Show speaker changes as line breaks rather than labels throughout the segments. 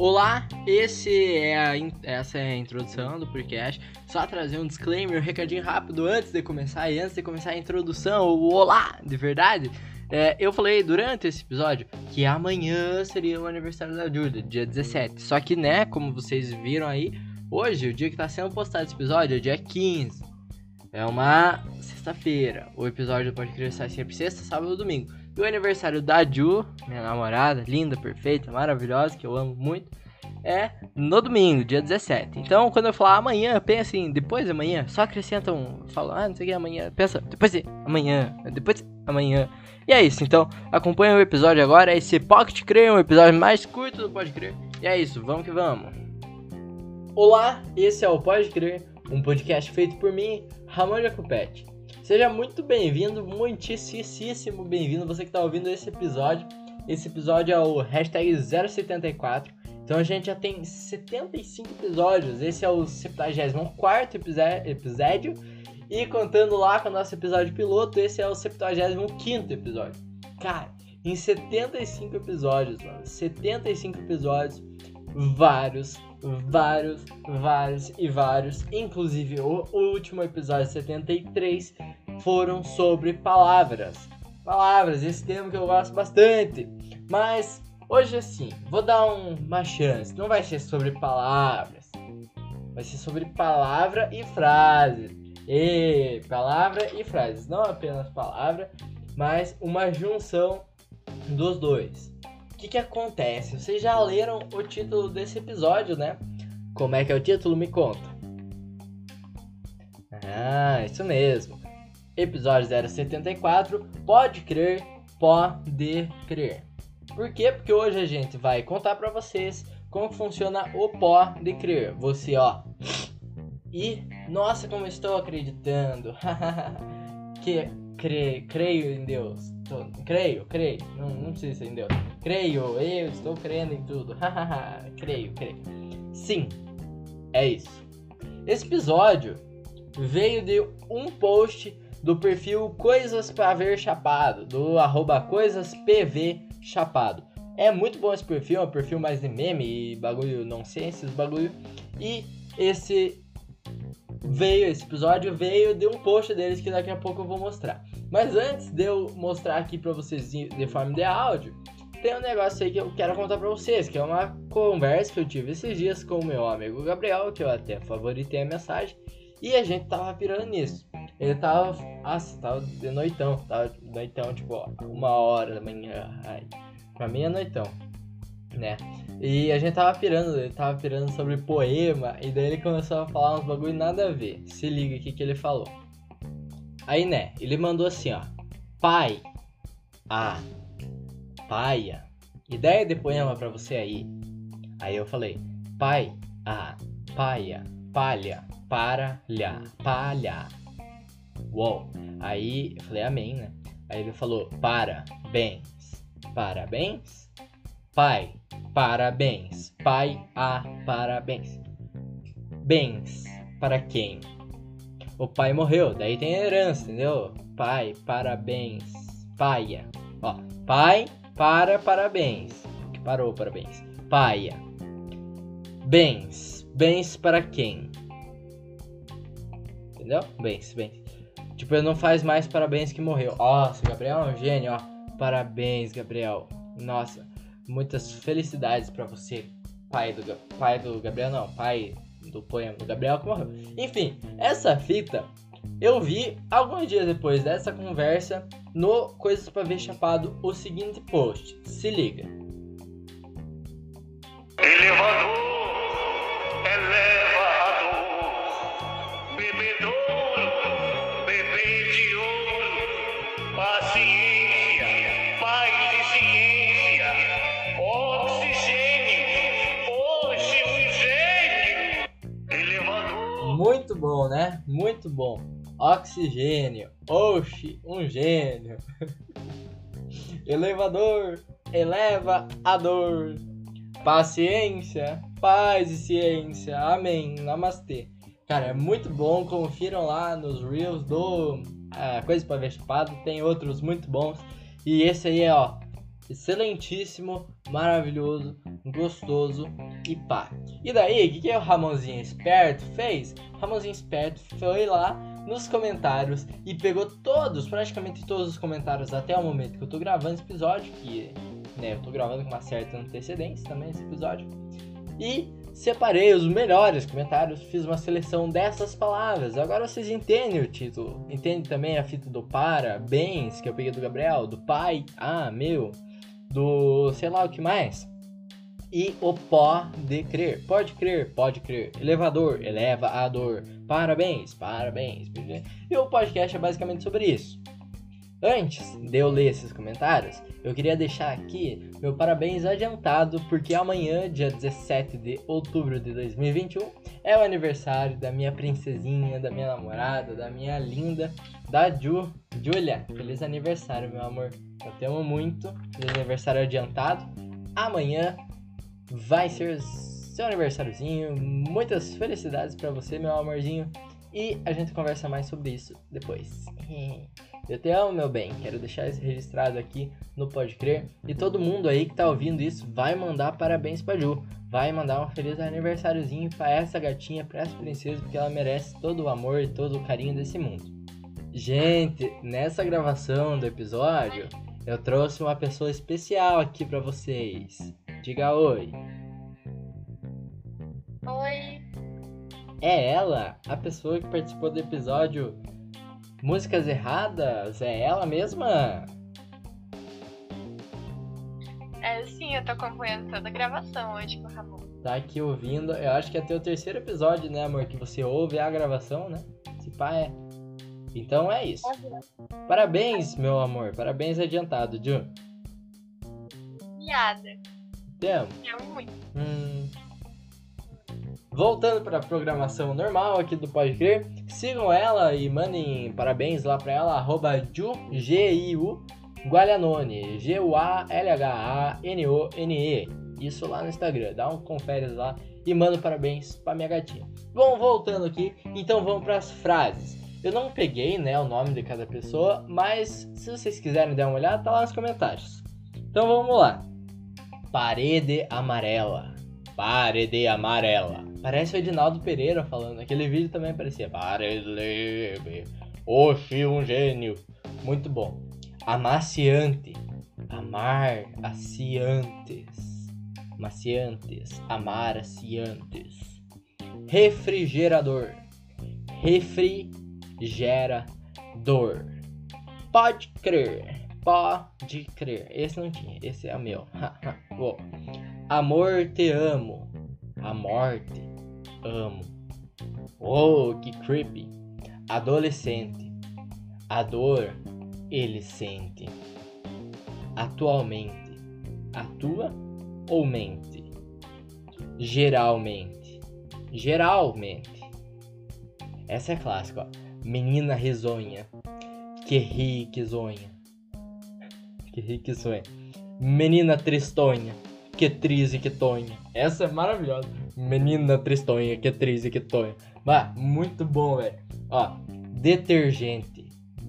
Olá, essa é a introdução do podcast. Só trazer um disclaimer, um recadinho rápido antes de começar a introdução, o olá, de verdade. Eu falei durante esse episódio que amanhã seria o aniversário da Júlia, dia 17. Só que, como vocês viram aí, hoje, o dia que tá sendo postado esse episódio, é dia 15. É uma sexta-feira. O episódio pode crer sai sempre sexta, sábado ou domingo. E o aniversário da Ju, minha namorada, linda, perfeita, maravilhosa, que eu amo muito, é no domingo, dia 17. Então, quando eu falar amanhã, pensa em depois de amanhã, só acrescenta fala, não sei o que, amanhã, pensa, depois de amanhã. E é isso, então, acompanha o episódio agora, esse Pocket Crer, um episódio mais curto do Pode Crer. E é isso, vamos que vamos. Olá, esse é o Pode Crer, um podcast feito por mim, Ramon Jacopete. Seja muito bem-vindo, muitíssimo bem-vindo você que está ouvindo esse episódio. Esse episódio é o hashtag 074. Então a gente já tem 75 episódios. Esse é o 74º episódio. E contando lá com o nosso episódio piloto, esse é o 75º episódio. Cara, em 75 episódios, mano. 75 episódios, vários. Inclusive o último episódio 73 foram sobre palavras. Esse tema que eu gosto bastante. Mas hoje assim, vou dar uma chance. Não vai ser sobre palavras, vai ser sobre palavra e frase. Palavra e frases, não apenas palavra, mas uma junção dos dois. O que acontece? Vocês já leram o título desse episódio, né? Como é que é o título? Me conta. Isso mesmo. Episódio 074, Pode Crer, Pode Crer. Por quê? Porque hoje a gente vai contar pra vocês como funciona o Pode Crer. Você, E, nossa, como estou acreditando. Creio em Deus. Creio. Não precisa ser em Deus. Creio, eu estou crendo em tudo. Creio. Sim, é isso. Esse episódio veio de um post do perfil Coisas Pra Ver Chapado, do @coisaspvchapado. É muito bom esse perfil, é um perfil mais de meme e bagulho nonsense, E esse episódio veio de um post deles que daqui a pouco eu vou mostrar. Mas antes de eu mostrar aqui pra vocês de forma de áudio, tem um negócio aí que eu quero contar pra vocês, que é uma conversa que eu tive esses dias com o meu amigo Gabriel, que eu até favoritei a mensagem, e a gente tava pirando nisso. Ele tava de noitão, tipo, 1h da manhã, pra mim é noitão, né? E a gente ele tava pirando sobre poema, e daí ele começou a falar uns bagulho nada a ver. Se liga aqui que ele falou. Aí, ele mandou assim, pai, paia, ideia de poema pra você aí. Aí eu falei, pai, paia, palha, paralha, palha. Uou. Aí eu falei, amém, né? Aí ele falou, parabéns, pai, parabéns, pai, parabéns. Bens, para quem? O pai morreu, daí tem herança, entendeu? Pai, parabéns, paia. Pai, parabéns. Que parou, parabéns. Paia. Bens para quem? Entendeu? Bens. Tipo, ele não faz mais parabéns que morreu. Nossa, Gabriel é um gênio, Parabéns, Gabriel. Nossa, muitas felicidades pra você. Pai do Gabriel, não. Pai do poema do Gabriel que morreu. Enfim, essa fita eu vi alguns dias depois dessa conversa no Coisas Pra Ver Chapado, o seguinte post. Se liga.
Elevador, bebedouro, bebê de ouro, paciência, paz e ciência, oxigênio, hoje um gênio. Elevador.
Muito bom, né? Muito bom. Oxigênio, oxi, um gênio. Elevador, eleva a dor. Paciência, paz e ciência. Amém. Namastê. Cara, é muito bom. Confiram lá nos Reels do Coisa Pra Ver Chapado. Tem outros muito bons. E esse aí é, excelentíssimo, maravilhoso, gostoso. e pá. E daí, o que o Ramonzinho Esperto fez? O Ramonzinho Esperto foi lá nos comentários e pegou praticamente todos os comentários até o momento que eu tô gravando esse episódio, que, né, eu tô gravando com uma certa antecedência também esse episódio, e separei os melhores comentários, fiz uma seleção dessas palavras. Agora vocês entendem o título, entendem também a fita do parabéns, que eu peguei do Gabriel, do pai, do sei lá o que mais. E o pode crer, pode crer, elevador, eleva a dor, parabéns. E o podcast é basicamente sobre isso. Antes de eu ler esses comentários, eu queria deixar aqui meu parabéns adiantado, porque amanhã, dia 17 de outubro de 2021, é o aniversário da minha princesinha, da minha namorada, da minha linda, da Julia. Feliz aniversário, meu amor. Eu te amo muito. Feliz aniversário adiantado. Amanhã vai ser seu aniversáriozinho. Muitas felicidades pra você, meu amorzinho. E a gente conversa mais sobre isso depois. Eu te amo, meu bem. Quero deixar isso registrado aqui no Pode Crer. E todo mundo aí que tá ouvindo isso vai mandar parabéns pra Ju. Vai mandar um feliz aniversáriozinho pra essa gatinha, pra essa princesa, porque ela merece todo o amor e todo o carinho desse mundo. Gente, nessa gravação do episódio, eu trouxe uma pessoa especial aqui pra vocês. Diga oi.
Oi.
É ela, a pessoa que participou do episódio Músicas Erradas? É ela mesma?
Sim, eu tô acompanhando toda a gravação hoje com o Ramon.
Tá aqui ouvindo, eu acho que é até o terceiro episódio, né, amor? Que você ouve a gravação, né? Se pá, é. Então é isso. Parabéns, meu amor. Parabéns adiantado, Ju.
Obrigada.
Te amo.
Me amo muito.
Voltando para a programação normal aqui do Pode Crer, sigam ela e mandem parabéns lá para ela, @Giu Gualhanone, Gualhanone, isso lá no Instagram, dá um confere lá e manda parabéns para minha gatinha. Bom, voltando aqui, então vamos para as frases. Eu não peguei, né, o nome de cada pessoa, mas se vocês quiserem dar uma olhada, tá lá nos comentários. Então vamos lá. Parede amarela. Parede amarela. Parece o Edinaldo Pereira falando. Aquele vídeo também parecia. Parede. Oxi, um gênio. Muito bom. Amaciante. Amar. Aciantes. Maciantes. Amar. Aciantes. Refrigerador. Refrigerador. Pode crer. Pode crer. Esse não tinha. Esse é o meu. Bom. Amor, te amo. A morte, amo. Oh, que creepy. Adolescente. A dor, ele sente. Atualmente. Atua ou mente? Geralmente. Geralmente. Essa é clássica, ó. Menina risonha. Que ri, que zonha. Que ri, que sonha. Menina tristonha. Que trise, que tonha. Essa é maravilhosa. Menina tristonha, que trise, que tonha. Muito bom, velho. Ó, detergente.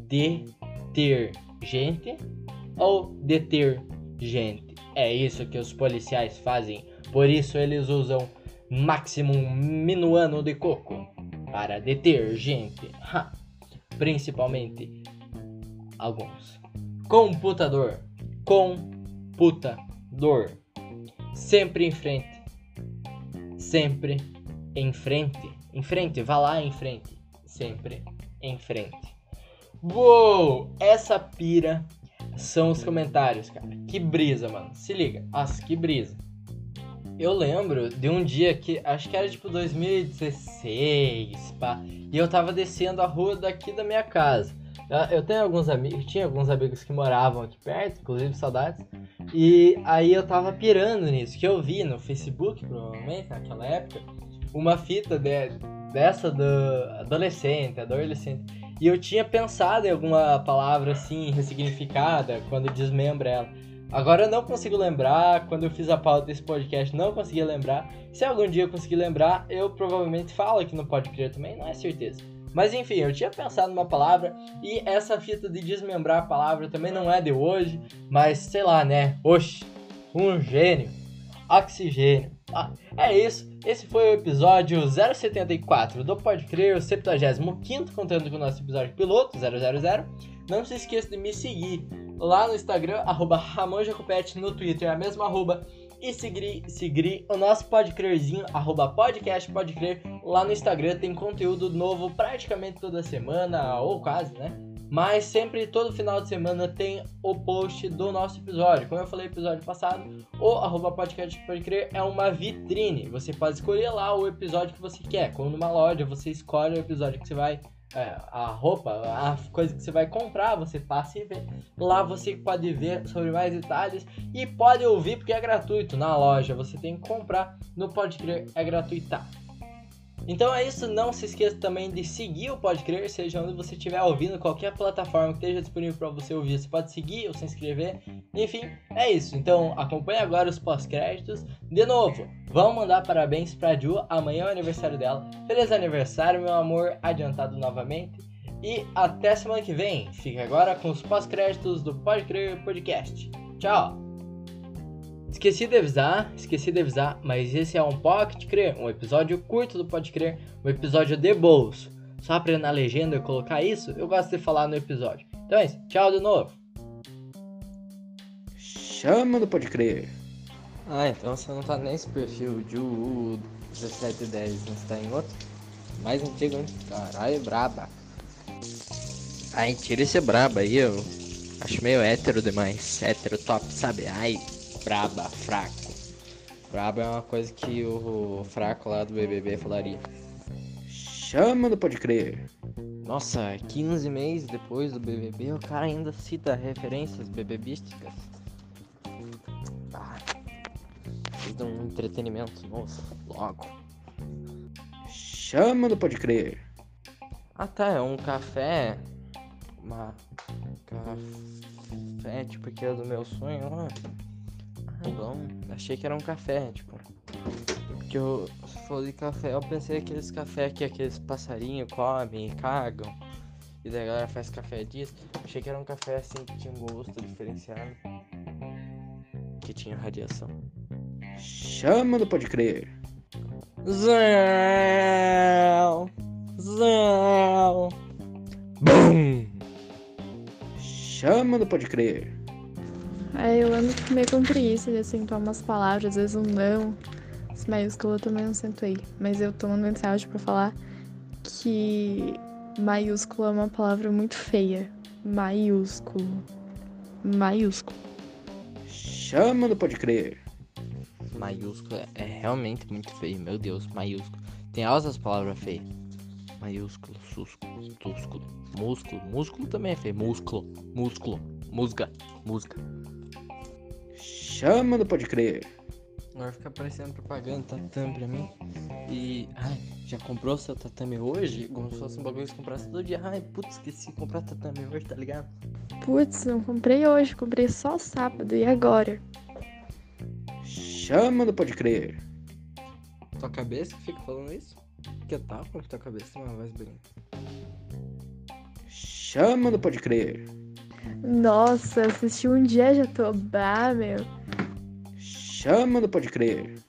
Detergente ou detergente? É isso que os policiais fazem. Por isso eles usam maximum minuano de coco para detergente. Principalmente alguns. Computador. Computador. Sempre em frente. Sempre em frente. Em frente, vá lá em frente. Sempre em frente. Uou! Essa pira são os comentários, cara. Que brisa, mano. Se liga. Nossa, que brisa. Eu lembro de um dia que, acho que era tipo 2016, pá. E eu tava descendo a rua daqui da minha casa. Eu tenho alguns amigos, tinha alguns amigos que moravam aqui perto, inclusive saudades. E aí eu tava pirando nisso, que eu vi no Facebook, provavelmente, naquela época, uma fita dessa do adolescente. E eu tinha pensado em alguma palavra assim, ressignificada, quando desmembra ela. Agora eu não consigo lembrar, quando eu fiz a pauta desse podcast, não consegui lembrar. Se algum dia eu conseguir lembrar, eu provavelmente falo aqui no Pode Crer também, não é certeza. Mas enfim, eu tinha pensado numa palavra e essa fita de desmembrar a palavra também não é de hoje, mas sei lá, né? Oxi, um gênio, oxigênio, É isso. Esse foi o episódio 074 do Pode Crer, o 75º, contando com o nosso episódio piloto, 000. Não se esqueça de me seguir lá no Instagram, @RamonJacopete, no Twitter, a mesma @, e seguir o nosso Pode Crerzinho, @podcast Pode Crer, lá no Instagram. Tem conteúdo novo praticamente toda semana, ou quase, né? Mas sempre, todo final de semana, tem o post do nosso episódio. Como eu falei no episódio passado, o @podcast Pode Crer é uma vitrine. Você pode escolher lá o episódio que você quer. Como numa loja, você escolhe o episódio que você vai... a roupa, a coisa que você vai comprar, você passa e vê. Lá você pode ver sobre mais detalhes e pode ouvir porque é gratuito na loja. Você tem que comprar, no Pode Crer é gratuita. Então é isso, não se esqueça também de seguir o Pode Crer, seja onde você estiver ouvindo, qualquer plataforma que esteja disponível para você ouvir, você pode seguir ou se inscrever, enfim, é isso. Então acompanhe agora os pós-créditos. De novo, vamos mandar parabéns pra Ju, amanhã é o aniversário dela. Feliz aniversário, meu amor, adiantado novamente. E até semana que vem, fique agora com os pós-créditos do Pode Crer Podcast. Tchau! Esqueci de avisar, mas esse é um Pode Crer, um episódio curto do Pode Crer, um episódio de bolso. Só pra na legenda eu colocar isso, eu gosto de falar no episódio. Então é isso, tchau de novo. Chama do Pode Crer. Então você não tá nesse perfil de 1710, você tá em outro? Mais antigo, hein? Caralho, braba. Tira esse braba aí, eu acho meio hétero demais. Hétero top, sabe? Braba, fraco. Braba é uma coisa que o fraco lá do BBB falaria. Chama do Pode Crer. Nossa, 15 meses depois do BBB, o cara ainda cita referências bebebísticas. Fiz um entretenimento novo, logo. Chama do Pode Crer. É um café. Café, tipo, que é do meu sonho lá. Bom, achei que era um café, tipo. Porque se for de café, eu pensei aqueles café que aqueles passarinhos comem e cagam. E daí a galera faz café disso. Achei que era um café assim que tinha um gosto diferenciado. Que tinha radiação. Chama do Pode Crer. Zéu. Bum. Chama do Pode Crer.
Eu ando meio com preguiça de acentuar umas palavras, às vezes um não. Esse maiúsculo eu também não acentuei. Mas eu tô mandando mensagem pra falar que maiúsculo é uma palavra muito feia. Maiúsculo.
Chama do Pode Crer. Maiúsculo é realmente muito feio, meu Deus, maiúsculo. Tem altas palavras feias. Maiúsculo, súsculo, túsculo, músculo também é feio. Músculo, música. Chama do Pode Crer. Agora fica aparecendo propaganda tatame pra mim. E, já comprou seu tatame hoje? Como se fosse um bagulho que você comprasse todo dia. Esqueci de comprar tatame hoje, tá ligado?
Não comprei hoje, comprei só sábado, e agora?
Chama do Pode Crer. Tua cabeça que fica falando isso? Que tal com tua cabeça tem uma voz bonita. Chama do Pode Crer.
Nossa, assisti um dia já tô meu.
Chama do Pode Crer.